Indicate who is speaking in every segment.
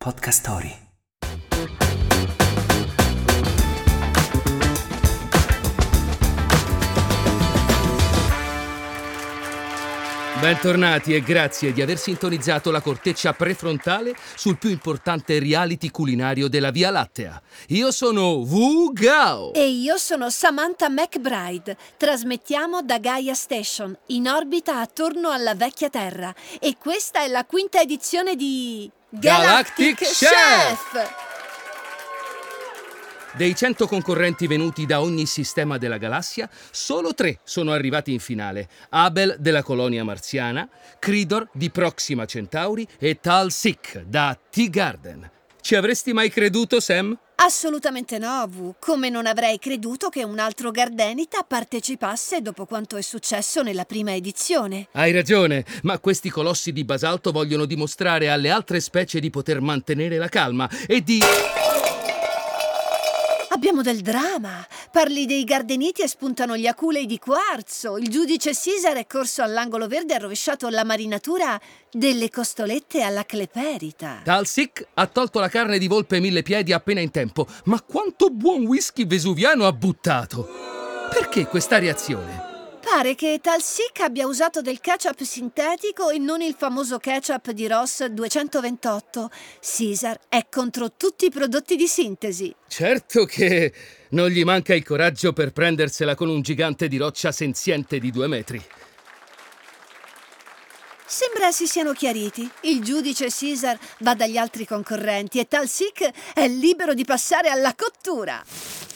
Speaker 1: Podcast Story.
Speaker 2: Bentornati e grazie di aver sintonizzato la corteccia prefrontale sul più importante reality culinario della Via Lattea. Io sono Wu Gao.
Speaker 3: E io sono Samantha McBride. Trasmettiamo da Gaia Station, in orbita attorno alla vecchia Terra. E questa è la quinta edizione di...
Speaker 2: Galactic Chef! Dei 100 concorrenti venuti da ogni sistema della galassia, solo 3 sono arrivati in finale. Abel della colonia marziana, Cridor di Proxima Centauri e Tal Sik da T-Garden. Ci avresti mai creduto, Sam?
Speaker 3: Assolutamente no, Wu. Come non avrei creduto che un altro Gardenita partecipasse dopo quanto è successo nella prima edizione.
Speaker 2: Hai ragione, ma questi colossi di basalto vogliono dimostrare alle altre specie di poter mantenere la calma e di...
Speaker 3: Abbiamo del dramma. Parli dei Gardeniti e spuntano gli aculei di quarzo. Il giudice Caesar è corso all'angolo verde e ha rovesciato la marinatura delle costolette alla cleperita.
Speaker 2: Tal Sik ha tolto la carne di volpe 1000 piedi appena in tempo. Ma quanto buon whisky vesuviano ha buttato! Perché questa reazione?
Speaker 3: Pare che Tal Sik abbia usato del ketchup sintetico e non il famoso ketchup di Ross 228. Caesar è contro tutti i prodotti di sintesi.
Speaker 2: Certo che non gli manca il coraggio per prendersela con un gigante di roccia senziente di 2 metri.
Speaker 3: Sembra si siano chiariti. Il giudice Caesar va dagli altri concorrenti e Tal Sik è libero di passare alla cottura.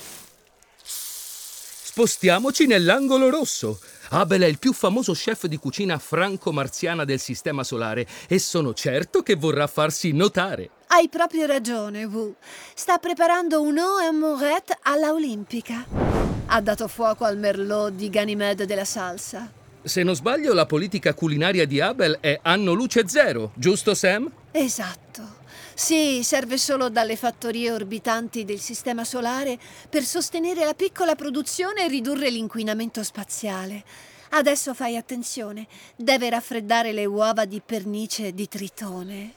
Speaker 2: Spostiamoci nell'angolo rosso. Abel è il più famoso chef di cucina franco-marziana del sistema solare e sono certo che vorrà farsi notare.
Speaker 3: Hai proprio ragione, Wu. Sta preparando un eau amourette alla olimpica. Ha dato fuoco al merlot di Ganymede della salsa.
Speaker 2: Se non sbaglio, la politica culinaria di Abel è anno luce zero, giusto Sam?
Speaker 3: Esatto. Sì, serve solo dalle fattorie orbitanti del sistema solare per sostenere la piccola produzione e ridurre l'inquinamento spaziale. Adesso fai attenzione, deve raffreddare le uova di pernice di Tritone.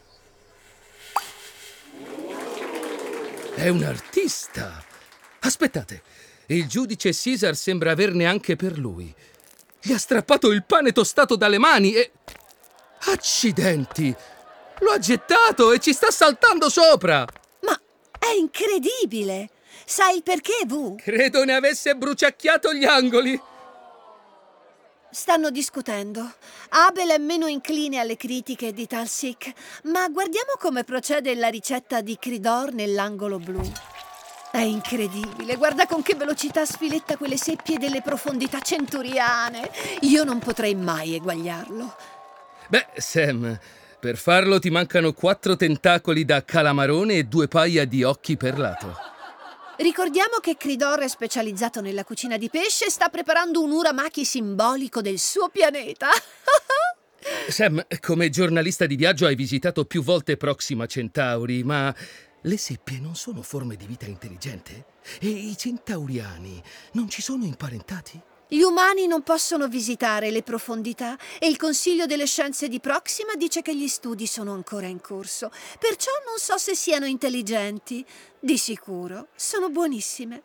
Speaker 2: È un artista! Aspettate, il giudice Caesar sembra averne anche per lui. Gli ha strappato il pane tostato dalle mani e... Accidenti! Lo ha gettato e ci sta saltando sopra!
Speaker 3: Ma è incredibile! Sai il perché, Wu?
Speaker 2: Credo ne avesse bruciacchiato gli angoli!
Speaker 3: Stanno discutendo. Abel è meno incline alle critiche di Tal Sik, ma guardiamo come procede la ricetta di Cridor nell'angolo blu. È incredibile, guarda con che velocità sfiletta quelle seppie delle profondità centuriane. Io non potrei mai eguagliarlo.
Speaker 2: Beh, Sam, per farlo ti mancano 4 tentacoli da calamarone e 2 paia di occhi per lato.
Speaker 3: Ricordiamo che Cridor è specializzato nella cucina di pesce e sta preparando un uramaki simbolico del suo pianeta.
Speaker 2: Sam, come giornalista di viaggio hai visitato più volte Proxima Centauri, ma le seppie non sono forme di vita intelligente? E i centauriani non ci sono imparentati?
Speaker 3: Gli umani non possono visitare le profondità e il Consiglio delle Scienze di Proxima dice che gli studi sono ancora in corso. Perciò non so se siano intelligenti. Di sicuro sono buonissime.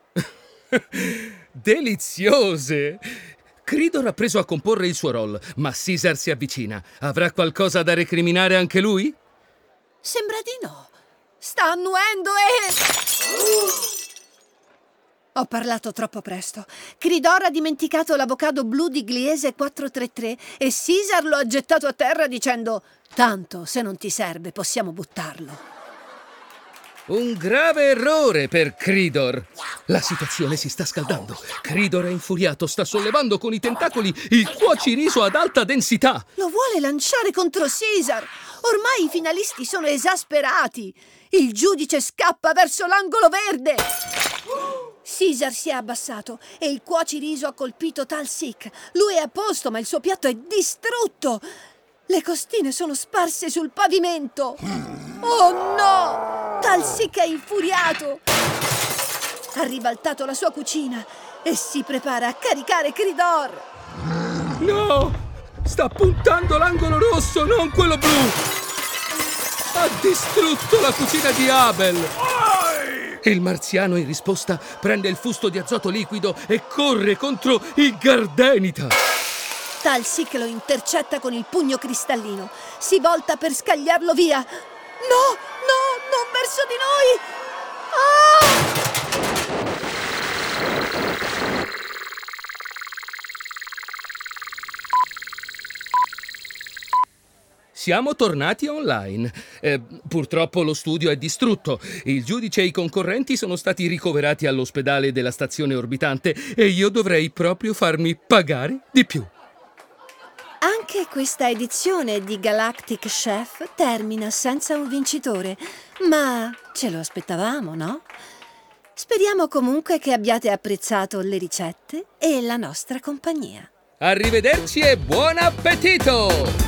Speaker 2: Deliziose! Cridor ha preso a comporre il suo roll, ma Caesar si avvicina. Avrà qualcosa da recriminare anche lui?
Speaker 3: Sembra di no. Sta annuendo e... Ho parlato troppo presto. Cridor ha dimenticato l'avocado blu di Gliese 433 e Caesar lo ha gettato a terra dicendo «Tanto, se non ti serve, possiamo buttarlo».
Speaker 2: Un grave errore per Cridor. La situazione si sta scaldando. Cridor è infuriato, sta sollevando con i tentacoli il cuociriso ad alta densità.
Speaker 3: Lo vuole lanciare contro Caesar. Ormai i finalisti sono esasperati. Il giudice scappa verso l'angolo verde. Caesar si è abbassato e il cuociriso ha colpito Tal Sik. Lui è a posto, ma il suo piatto è distrutto. Le costine sono sparse sul pavimento. Oh no! Tal Sik è infuriato. Ha ribaltato la sua cucina e si prepara a caricare Cridor.
Speaker 2: No! Sta puntando l'angolo rosso, non quello blu! Ha distrutto la cucina di Abel! Il marziano in risposta prende il fusto di azoto liquido e corre contro il Gardenita.
Speaker 3: Talsic lo intercetta con il pugno cristallino. Si volta per scagliarlo via. No, non verso di noi! Ah!
Speaker 2: Siamo tornati online. Purtroppo lo studio è distrutto. Il giudice e i concorrenti sono stati ricoverati all'ospedale della stazione orbitante e io dovrei proprio farmi pagare di più.
Speaker 3: Anche questa edizione di Galactic Chef termina senza un vincitore, ma ce lo aspettavamo, no? Speriamo comunque che abbiate apprezzato le ricette e la nostra compagnia.
Speaker 2: Arrivederci e buon appetito!